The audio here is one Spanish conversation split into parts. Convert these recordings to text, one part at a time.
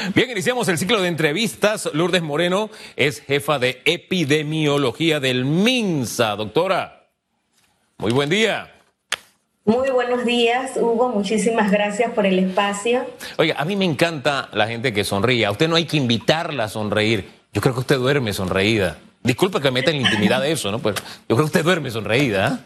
Bien, iniciamos el ciclo de entrevistas. Lourdes Moreno es jefa de epidemiología del MINSA. Doctora, muy buen día. Muy buenos días, Hugo. Muchísimas gracias por el espacio. Oiga, a mí me encanta la gente que sonríe. A usted no hay que invitarla a sonreír. Yo creo que usted duerme sonreída. Disculpe que me meta en la intimidad de eso, ¿no? Pero yo creo que usted duerme sonreída.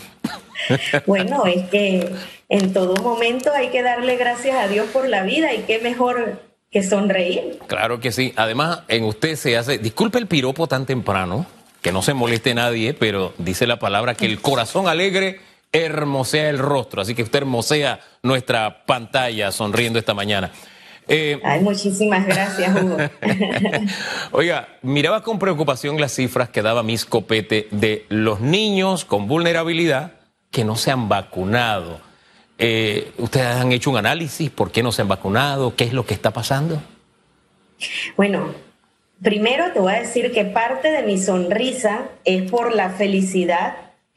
Bueno, es que en todo momento hay que darle gracias a Dios por la vida y qué mejor que sonreír. Claro que sí. Además, en usted se hace... Disculpe el piropo tan temprano, que no se moleste nadie, pero dice la palabra que el corazón alegre hermosea el rostro. Así que usted hermosea nuestra pantalla sonriendo esta mañana. Ay, muchísimas gracias, Hugo. Oiga, miraba con preocupación las cifras que daba Miss Copete de los niños con vulnerabilidad que no se han vacunado. ¿Ustedes han hecho un análisis? ¿Por qué no se han vacunado? ¿Qué es lo que está pasando? Bueno, primero te voy a decir que parte de mi sonrisa es por la felicidad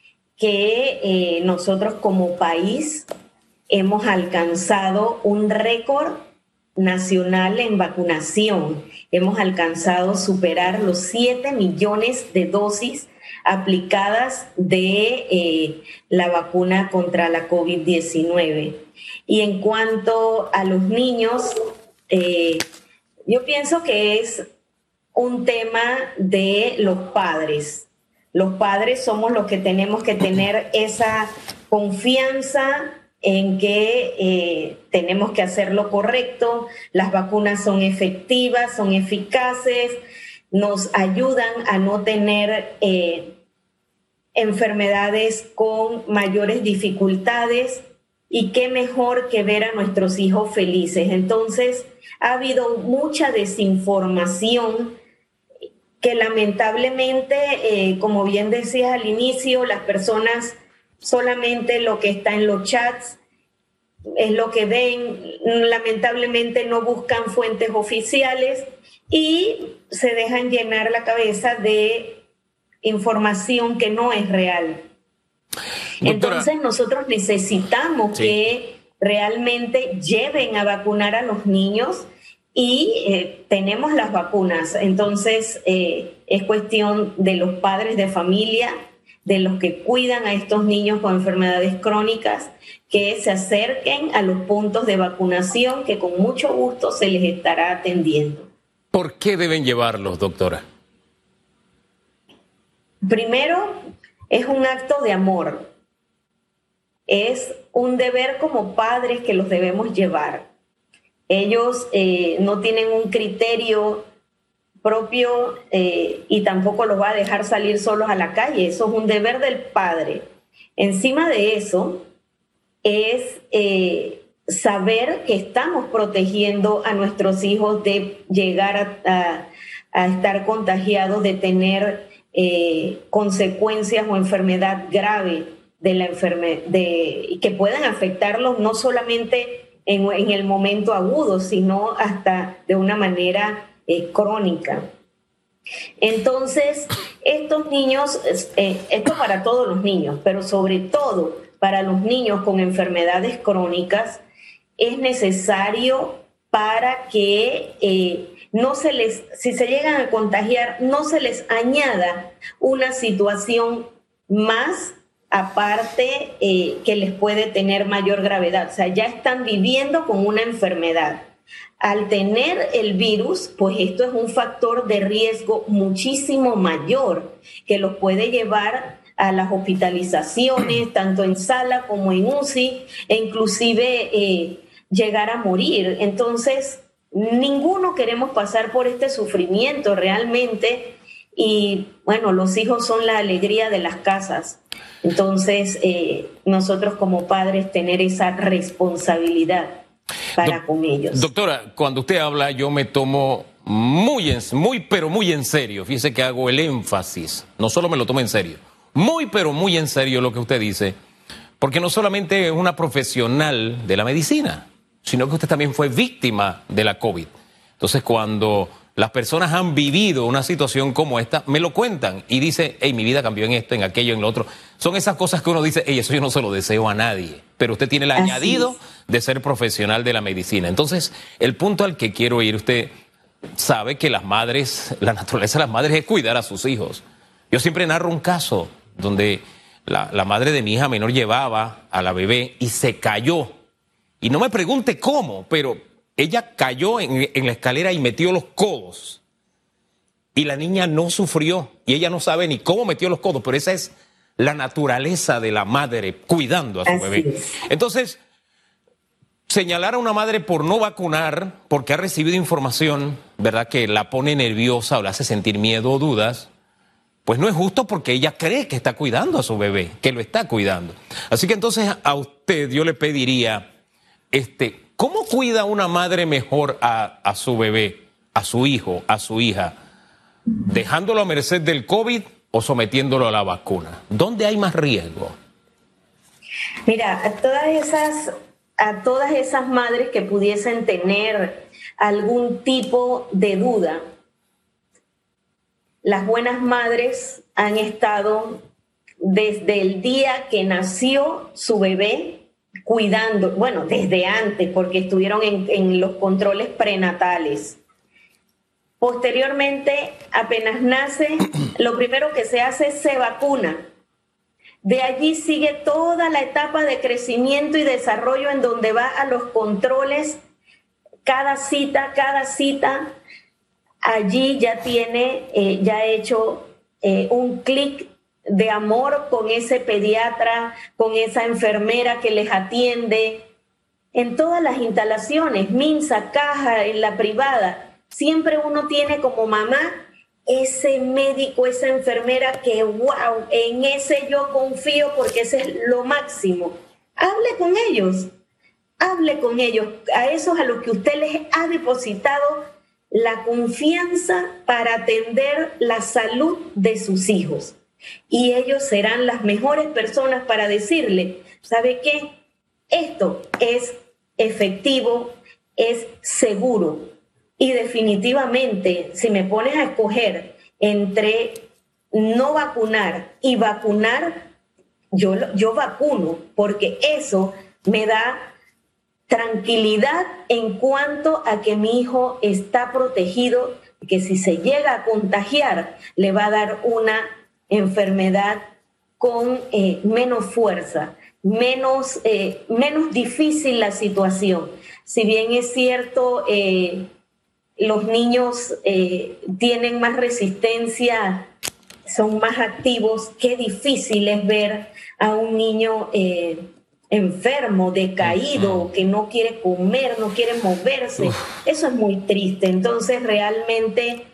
que nosotros como país hemos alcanzado un récord nacional en vacunación. Hemos alcanzado superar los 7 millones de dosis aplicadas de la vacuna contra la COVID-19. Y en cuanto a los niños, yo pienso que es un tema de los padres. Los padres somos los que tenemos que tener esa confianza en que tenemos que hacer lo correcto. Las vacunas son efectivas, son eficaces, nos ayudan a no tener enfermedades con mayores dificultades, y qué mejor que ver a nuestros hijos felices. Entonces, ha habido mucha desinformación que lamentablemente, como bien decías al inicio, las personas solamente lo que está en los chats es lo que ven, lamentablemente no buscan fuentes oficiales y se dejan llenar la cabeza de información que no es real. Doctora, entonces nosotros necesitamos que realmente lleven a vacunar a los niños y tenemos las vacunas. Entonces es cuestión de los padres de familia, de los que cuidan a estos niños con enfermedades crónicas, que se acerquen a los puntos de vacunación que con mucho gusto se les estará atendiendo. ¿Por qué deben llevarlos, doctora? Primero, es un acto de amor. Es un deber como padres que los debemos llevar. Ellos no tienen un criterio propio y tampoco los va a dejar salir solos a la calle. Eso es un deber del padre. Encima de eso es saber que estamos protegiendo a nuestros hijos de llegar a estar contagiados, de tener consecuencias o enfermedad grave de la y que puedan afectarlos no solamente en el momento agudo, sino hasta de una manera crónica. Entonces, estos niños, esto para todos los niños, pero sobre todo para los niños con enfermedades crónicas, es necesario para que no se les, si se llegan a contagiar, no se les añada una situación más aparte que les puede tener mayor gravedad. O sea, ya están viviendo con una enfermedad. Al tener el virus, pues esto es un factor de riesgo muchísimo mayor que los puede llevar a las hospitalizaciones, tanto en sala como en UCI, e inclusive llegar a morir. Entonces, ninguno queremos pasar por este sufrimiento realmente. Y bueno, los hijos son la alegría de las casas. Entonces, nosotros como padres tener esa responsabilidad para con ellos. Doctora, cuando usted habla yo me tomo pero muy en serio. Fíjese que hago el énfasis, no solo me lo tomo en serio, pero muy en serio lo que usted dice, porque no solamente es una profesional de la medicina, sino que usted también fue víctima de la COVID. Entonces, cuando las personas han vivido una situación como esta, me lo cuentan y dice, hey, mi vida cambió en esto, en aquello, en lo otro. Son esas cosas que uno dice, hey, eso yo no se lo deseo a nadie, pero usted tiene el añadido de ser profesional de la medicina. Entonces, el punto al que quiero ir, usted sabe que las madres, la naturaleza de las madres es cuidar a sus hijos. Yo siempre narro un caso donde la madre de mi hija menor llevaba a la bebé y se cayó. Y no me pregunte cómo, pero ella cayó en la escalera y metió los codos. Y la niña no sufrió. Y ella no sabe ni cómo metió los codos, pero esa es la naturaleza de la madre cuidando a su bebé. Entonces, señalar a una madre por no vacunar, porque ha recibido información, ¿verdad?, que la pone nerviosa o la hace sentir miedo o dudas, pues no es justo porque ella cree que está cuidando a su bebé, que lo está cuidando. Así que entonces a usted yo le pediría, ¿cómo cuida una madre mejor a su bebé, a su hijo, a su hija? ¿Dejándolo a merced del COVID o sometiéndolo a la vacuna? ¿Dónde hay más riesgo? Mira, a todas esas madres que pudiesen tener algún tipo de duda, las buenas madres han estado desde el día que nació su bebé cuidando, bueno, desde antes, porque estuvieron en los controles prenatales. Posteriormente, apenas nace, lo primero que se hace es se vacuna. De allí sigue toda la etapa de crecimiento y desarrollo en donde va a los controles, cada cita. Allí ya tiene, ya ha hecho un clic de amor con ese pediatra, con esa enfermera que les atiende. En todas las instalaciones, Minsa, Caja, en la privada, siempre uno tiene como mamá ese médico, esa enfermera que, wow, en ese yo confío porque ese es lo máximo. Hable con ellos, a esos a los que usted les ha depositado la confianza para atender la salud de sus hijos. Y ellos serán las mejores personas para decirle, ¿sabe qué? Esto es efectivo, es seguro. Y definitivamente, si me pones a escoger entre no vacunar y vacunar, yo vacuno, porque eso me da tranquilidad en cuanto a que mi hijo está protegido, que si se llega a contagiar, le va a dar una enfermedad con menos fuerza, menos difícil la situación. Si bien es cierto, los niños tienen más resistencia, son más activos, qué difícil es ver a un niño enfermo, decaído, que no quiere comer, no quiere moverse. Eso es muy triste. Entonces, realmente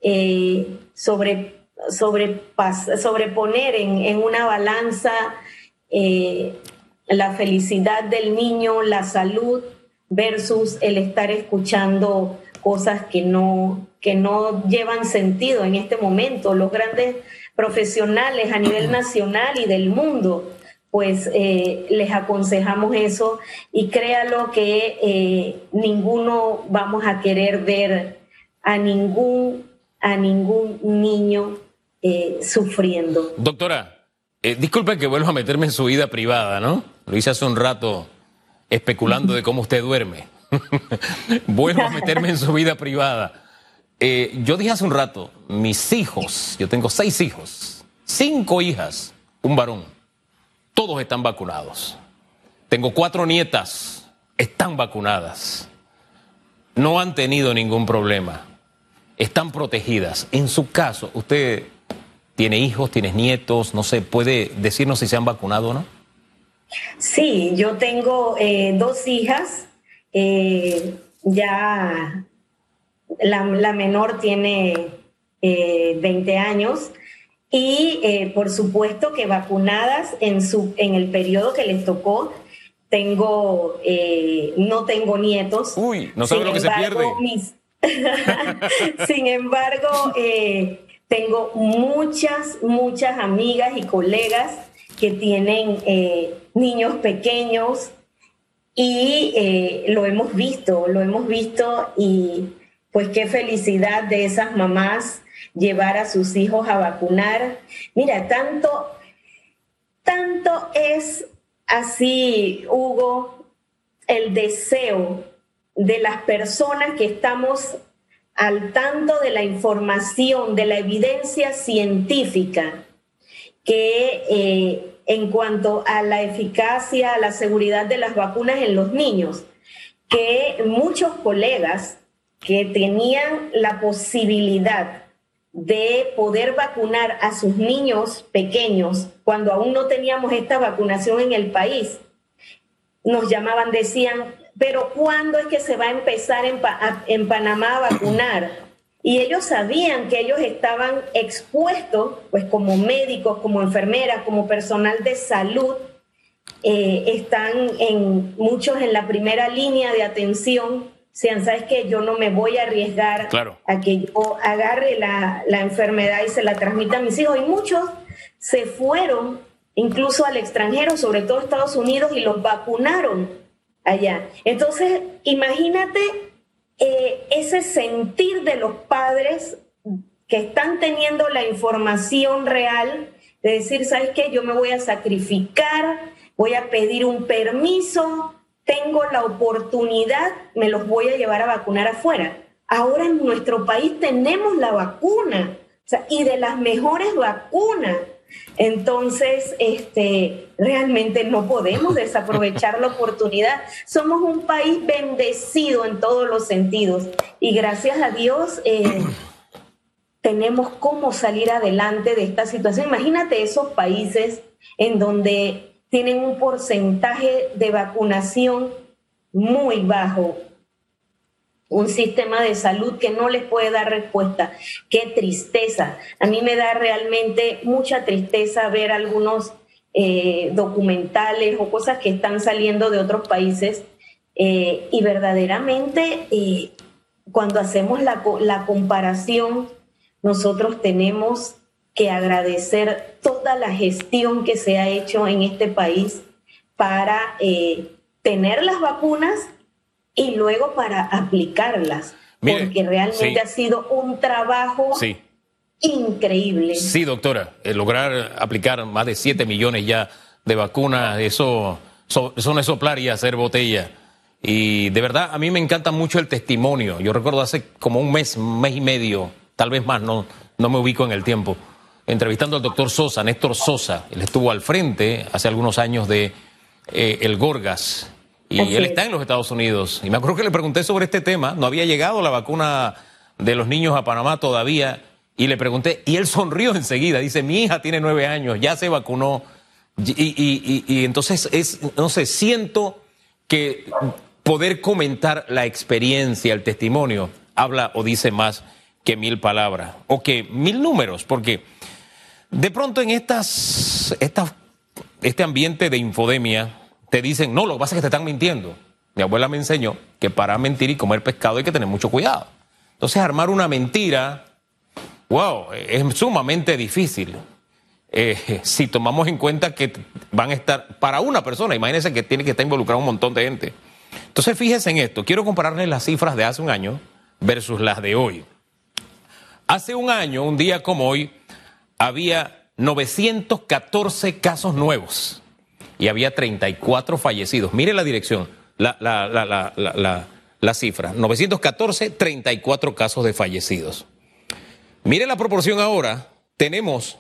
sobreponer en una balanza la felicidad del niño, la salud, versus el estar escuchando cosas que no llevan sentido en este momento. Los grandes profesionales a nivel nacional y del mundo, pues les aconsejamos eso, y créalo que ninguno vamos a querer ver a ningún niño sufriendo. Doctora, disculpe que vuelva a meterme en su vida privada, ¿no? Lo hice hace un rato especulando de cómo usted duerme. Vuelvo a meterme en su vida privada. Yo dije hace un rato, mis hijos, yo tengo 6 hijos, 5 hijas, un varón. Todos están vacunados. Tengo 4 nietas, están vacunadas. No han tenido ningún problema. Están protegidas. En su caso, usted tiene hijos, tiene nietos, no sé, ¿puede decirnos si se han vacunado o no? Sí, yo tengo 2 hijas. Ya la menor tiene 20 años. Y por supuesto que vacunadas en el periodo que les tocó. No tengo nietos. Uy, no sabe lo que se pierde. Sin embargo, tengo muchas amigas y colegas que tienen niños pequeños, y lo hemos visto, y pues qué felicidad de esas mamás llevar a sus hijos a vacunar. Mira, tanto es así, Hugo, el deseo de las personas que estamos al tanto de la información, de la evidencia científica, que en cuanto a la eficacia, a la seguridad de las vacunas en los niños, que muchos colegas que tenían la posibilidad de poder vacunar a sus niños pequeños cuando aún no teníamos esta vacunación en el país, nos llamaban, decían, pero ¿cuándo es que se va a empezar en Panamá a vacunar? Y ellos sabían que ellos estaban expuestos, pues como médicos, como enfermeras, como personal de salud, están muchos en la primera línea de atención. Sean, ¿sabes qué? Yo no me voy a arriesgar a que yo agarre la enfermedad y se la transmita a mis hijos. Y muchos se fueron incluso al extranjero, sobre todo a Estados Unidos, y los vacunaron allá. Entonces, imagínate ese sentir de los padres que están teniendo la información real de decir, ¿sabes qué? Yo me voy a sacrificar, voy a pedir un permiso, tengo la oportunidad, me los voy a llevar a vacunar afuera. Ahora en nuestro país tenemos la vacuna, o sea, y de las mejores vacunas. Entonces, realmente no podemos desaprovechar la oportunidad. Somos un país bendecido en todos los sentidos y gracias a Dios tenemos cómo salir adelante de esta situación. Imagínate esos países en donde tienen un porcentaje de vacunación muy bajo, un sistema de salud que no les puede dar respuesta. ¡Qué tristeza! A mí me da realmente mucha tristeza ver algunos documentales o cosas que están saliendo de otros países y verdaderamente cuando hacemos la comparación, nosotros tenemos que agradecer toda la gestión que se ha hecho en este país para tener las vacunas y luego para aplicarlas. Mire, porque realmente ha sido un trabajo increíble. Sí, doctora, lograr aplicar más de 7 millones ya de vacunas, eso no es soplar y hacer botella. Y de verdad, a mí me encanta mucho el testimonio. Yo recuerdo hace como un mes y medio, tal vez más, no me ubico en el tiempo, entrevistando al doctor Sosa, Néstor Sosa. Él estuvo al frente hace algunos años de el Gorgas. Y él está en los Estados Unidos. Y me acuerdo que le pregunté sobre este tema. No había llegado la vacuna de los niños a Panamá todavía. Y le pregunté, y él sonrió enseguida. Dice, mi hija tiene 9 años, ya se vacunó. Y entonces, no sé, siento que poder comentar la experiencia, el testimonio, habla o dice más que 1000 palabras. O que 1000 números. Porque de pronto en este ambiente de infodemia, te dicen, no, lo que pasa es que te están mintiendo. Mi abuela me enseñó que para mentir y comer pescado hay que tener mucho cuidado. Entonces, armar una mentira, wow, es sumamente difícil. Si tomamos en cuenta que van a estar, para una persona, imagínense que tiene que estar involucrado un montón de gente. Entonces, fíjense en esto. Quiero compararles las cifras de hace un año versus las de hoy. Hace un año, un día como hoy, había 914 casos nuevos. Y había 34 fallecidos. Mire la dirección, la cifra. 914, 34 casos de fallecidos. Mire la proporción ahora. Tenemos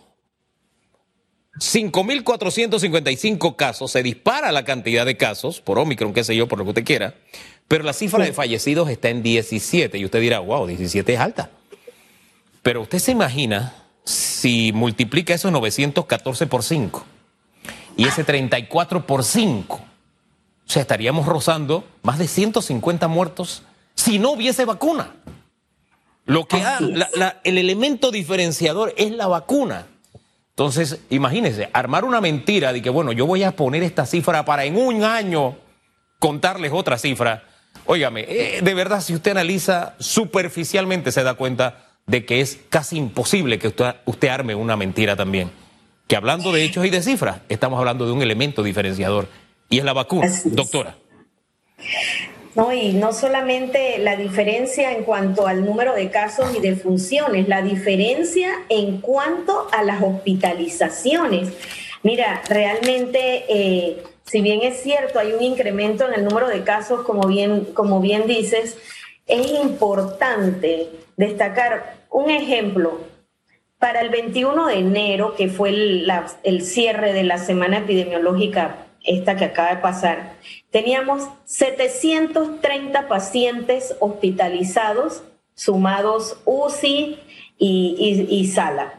5.455 casos. Se dispara la cantidad de casos, por Omicron, qué sé yo, por lo que usted quiera. Pero la cifra de fallecidos está en 17. Y usted dirá, wow, 17 es alta. Pero usted se imagina si multiplica esos 914 por 5. Y ese 34 por 5, o sea, estaríamos rozando más de 150 muertos si no hubiese vacuna. Lo que el elemento diferenciador es la vacuna. Entonces, imagínense, armar una mentira de que, bueno, yo voy a poner esta cifra para en un año contarles otra cifra. Óigame, de verdad, si usted analiza superficialmente, se da cuenta de que es casi imposible que usted arme una mentira también. Que hablando de hechos y de cifras, estamos hablando de un elemento diferenciador, y es la vacuna. Doctora. No, y no solamente la diferencia en cuanto al número de casos y de funciones, la diferencia en cuanto a las hospitalizaciones. Mira, realmente, si bien es cierto, hay un incremento en el número de casos, como bien dices, es importante destacar un ejemplo. Para el 21 de enero, que fue el cierre de la semana epidemiológica, esta que acaba de pasar, teníamos 730 pacientes hospitalizados, sumados UCI y sala.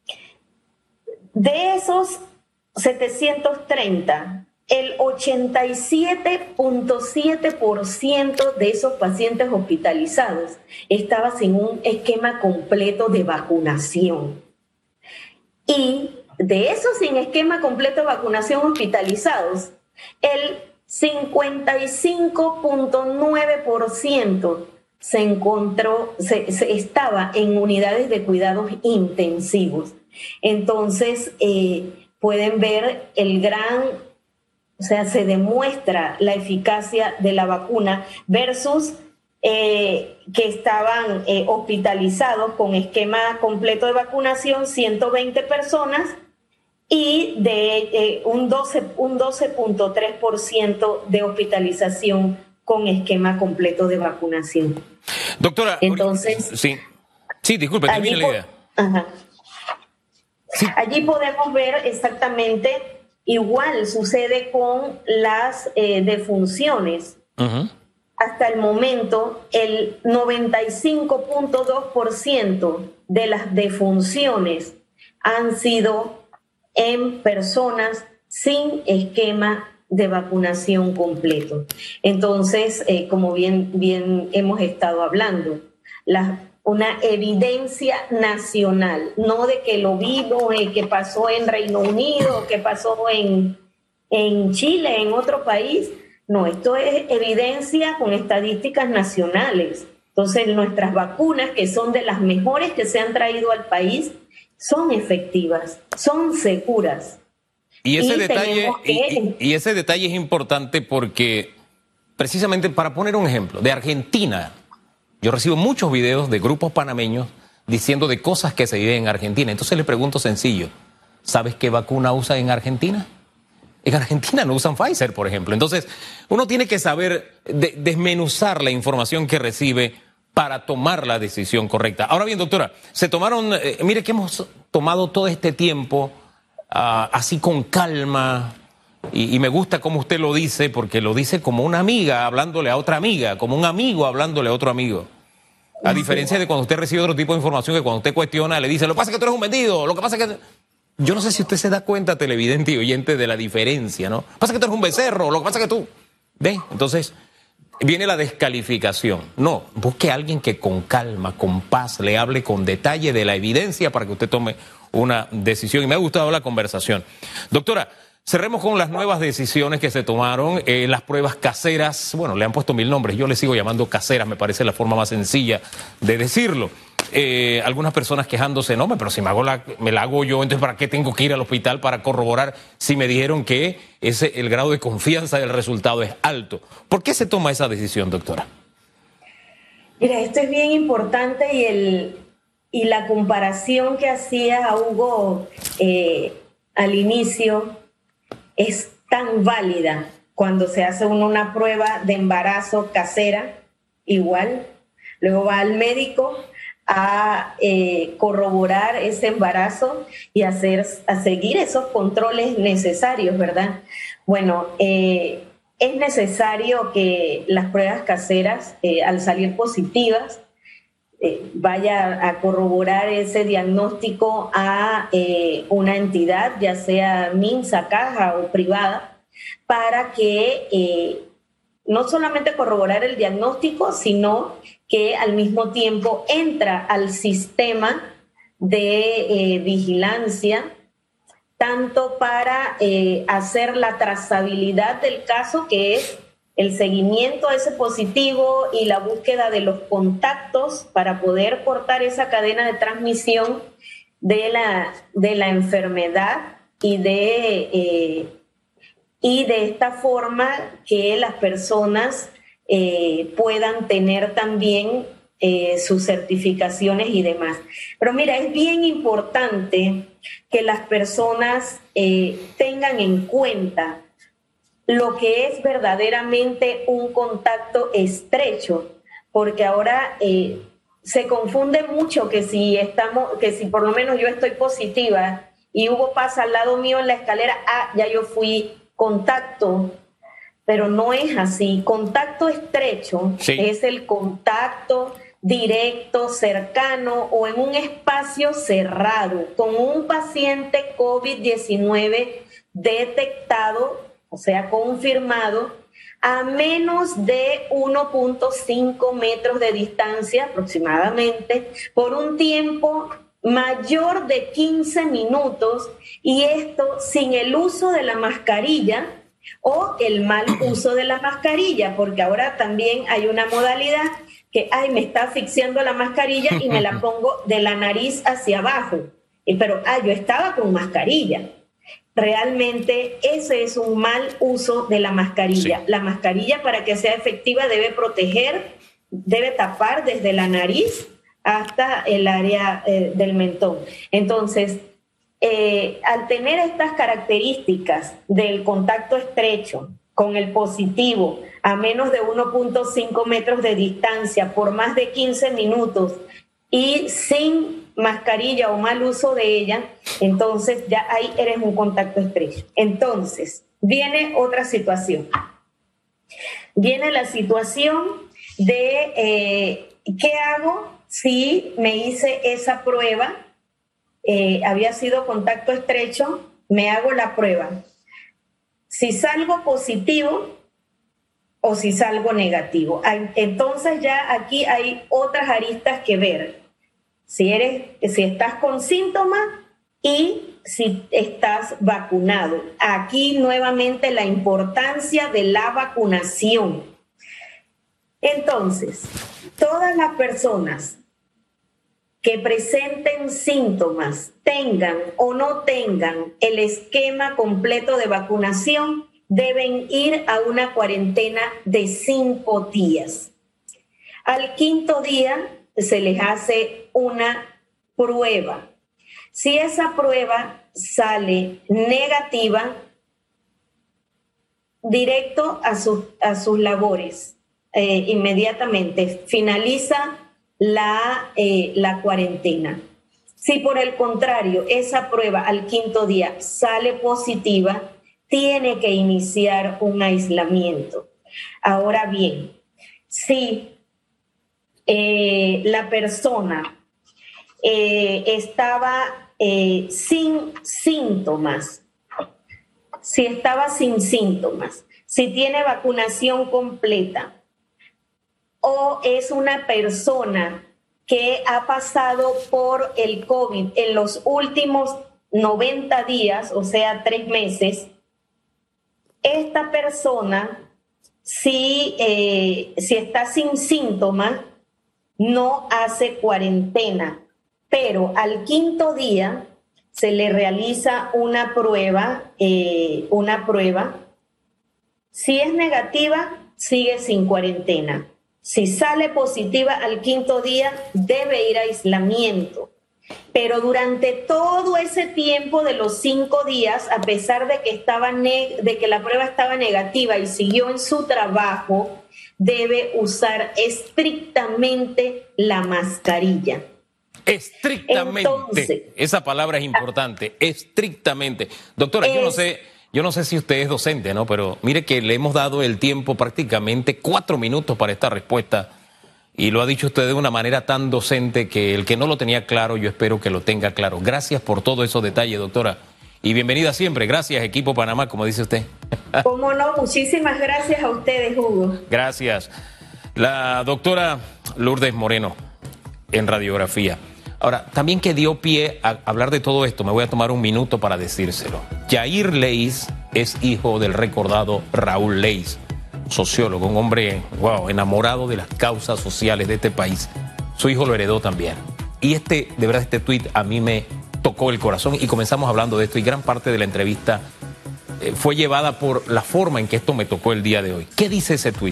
De esos 730, el 87.7% de esos pacientes hospitalizados estaba sin un esquema completo de vacunación. Y de esos sin esquema completo de vacunación hospitalizados, el 55.9% estaba en unidades de cuidados intensivos. Entonces, pueden ver se demuestra la eficacia de la vacuna versus que estaban hospitalizados con esquema completo de vacunación 120 personas y de un 12.3% de hospitalización con esquema completo de vacunación. Doctora, entonces, sí, disculpe, termine la idea. Ajá. Sí. Allí podemos ver exactamente, igual sucede con las defunciones. Uh-huh. Hasta el momento, el 95.2% de las defunciones han sido en personas sin esquema de vacunación completo. Entonces, como bien hemos estado hablando, una evidencia nacional, no de que lo vimos, que pasó en Reino Unido, que pasó en Chile, en otro país. No, esto es evidencia con estadísticas nacionales. Entonces, nuestras vacunas, que son de las mejores que se han traído al país, son efectivas, son seguras. Y ese detalle es importante porque, precisamente para poner un ejemplo, de Argentina, yo recibo muchos videos de grupos panameños diciendo de cosas que se viven en Argentina. Entonces le pregunto sencillo, ¿sabes qué vacuna usan en Argentina? En Argentina no usan Pfizer, por ejemplo. Entonces, uno tiene que saber desmenuzar la información que recibe para tomar la decisión correcta. Ahora bien, doctora, mire que hemos tomado todo este tiempo así con calma, y me gusta cómo usted lo dice, porque lo dice como una amiga hablándole a otra amiga, como un amigo hablándole a otro amigo. A diferencia de cuando usted recibe otro tipo de información, que cuando usted cuestiona le dice, lo que pasa es que tú eres un vendido, lo que pasa es que... Yo no sé si usted se da cuenta, televidente y oyente, de la diferencia, ¿no? Lo que pasa es que tú eres un becerro, lo que pasa es que tú... ¿Ve? Entonces, viene la descalificación. No, busque a alguien que con calma, con paz, le hable con detalle de la evidencia para que usted tome una decisión. Y me ha gustado la conversación. Doctora, cerremos con las nuevas decisiones que se tomaron. Las pruebas caseras, bueno, le han puesto 1000 nombres. Yo le sigo llamando caseras, me parece la forma más sencilla de decirlo. Algunas personas quejándose, no, pero si me la hago yo, entonces ¿para qué tengo que ir al hospital para corroborar si me dijeron que el grado de confianza del resultado es alto? ¿Por qué se toma esa decisión, doctora? Mira, esto es bien importante y la comparación que hacía Hugo al inicio es tan válida cuando se hace una prueba de embarazo casera, igual, luego va al médico a corroborar ese embarazo y a seguir esos controles necesarios, ¿verdad? Bueno, es necesario que las pruebas caseras, al salir positivas, vaya a corroborar ese diagnóstico a una entidad, ya sea MINSA, caja o privada, para que no solamente corroborar el diagnóstico, sino que al mismo tiempo entra al sistema de vigilancia, tanto para hacer la trazabilidad del caso, que es el seguimiento a ese positivo y la búsqueda de los contactos para poder cortar esa cadena de transmisión de la enfermedad y de esta forma que las personas puedan tener también sus certificaciones y demás. Pero mira, es bien importante que las personas tengan en cuenta lo que es verdaderamente un contacto estrecho, porque ahora se confunde mucho que si por lo menos yo estoy positiva y Hugo pasa al lado mío en la escalera, ya yo fui contacto, pero no es así. Contacto estrecho es el contacto directo, cercano o en un espacio cerrado con un paciente COVID-19 detectado, o sea, confirmado, a menos de 1.5 metros de distancia aproximadamente, por un tiempo mayor de 15 minutos, y esto sin el uso de la mascarilla o el mal uso de la mascarilla, porque ahora también hay una modalidad que, me está asfixiando la mascarilla y me la pongo de la nariz hacia abajo, pero yo estaba con mascarilla. Realmente ese es un mal uso de la mascarilla. Sí. La mascarilla, para que sea efectiva, debe proteger, debe tapar desde la nariz hasta el área del mentón. Entonces, al tener estas características del contacto estrecho con el positivo a menos de 1.5 metros de distancia por más de 15 minutos y sin mascarilla o mal uso de ella, entonces ya ahí eres un contacto estrecho. Entonces, viene otra situación. Viene la situación de ¿qué hago si me hice esa prueba? Había sido contacto estrecho, me hago la prueba. Si salgo positivo o si salgo negativo. Entonces ya aquí hay otras aristas que ver. Si estás con síntomas y si estás vacunado. Aquí nuevamente la importancia de la vacunación. Entonces, todas las personas que presenten síntomas, tengan o no tengan el esquema completo de vacunación, deben ir a una cuarentena de 5 días. Al 5.º día se les hace una prueba. Si esa prueba sale negativa, directo a sus labores, inmediatamente finaliza la cuarentena. Si por el contrario esa prueba al 5.º día sale positiva, tiene que iniciar un aislamiento. Ahora bien, si la persona estaba sin síntomas, si tiene vacunación completa o es una persona que ha pasado por el COVID en los últimos 90 días, o sea, 3 meses, esta persona, si está sin síntomas, no hace cuarentena, pero al 5.º día se le realiza una prueba. Si es negativa, sigue sin cuarentena. Si sale positiva al 5.º día, debe ir a aislamiento. Pero durante todo ese tiempo de los 5 días, a pesar de que la prueba estaba negativa y siguió en su trabajo, debe usar estrictamente la mascarilla. Estrictamente. Entonces, esa palabra es importante, estrictamente. Doctora, yo no sé si usted es docente, ¿no? Pero mire que le hemos dado el tiempo prácticamente 4 minutos para esta respuesta. Y lo ha dicho usted de una manera tan docente que el que no lo tenía claro, yo espero que lo tenga claro. Gracias por todos esos detalles, doctora. Y bienvenida siempre. Gracias, Equipo Panamá, como dice usted. Cómo no, muchísimas gracias a ustedes, Hugo. Gracias. La doctora Lourdes Moreno, en radiografía. Ahora, también que dio pie a hablar de todo esto, me voy a tomar un minuto para decírselo. Yair Leis es hijo del recordado Raúl Leis, sociólogo, un hombre, enamorado de las causas sociales de este país. Su hijo lo heredó también. Y de verdad, este tuit a mí me tocó el corazón y comenzamos hablando de esto y gran parte de la entrevista fue llevada por la forma en que esto me tocó el día de hoy. ¿Qué dice ese tuit?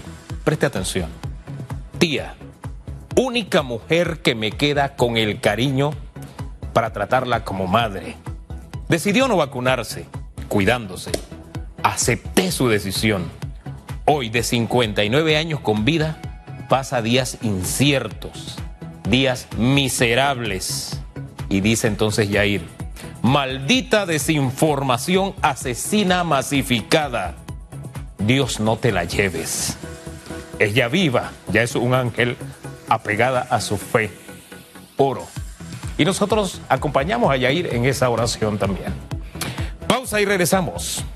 preste atención. Tía, única mujer que me queda con el cariño para tratarla como madre. Decidió no vacunarse, cuidándose. Acepté su decisión. Hoy, de 59 años con vida, pasa días inciertos, días miserables. Y dice entonces Yair: maldita desinformación asesina masificada. Dios no te la lleves. Ella viva, ya es un ángel apegada a su fe. Oro. Y nosotros acompañamos a Yair en esa oración también. Pausa y regresamos.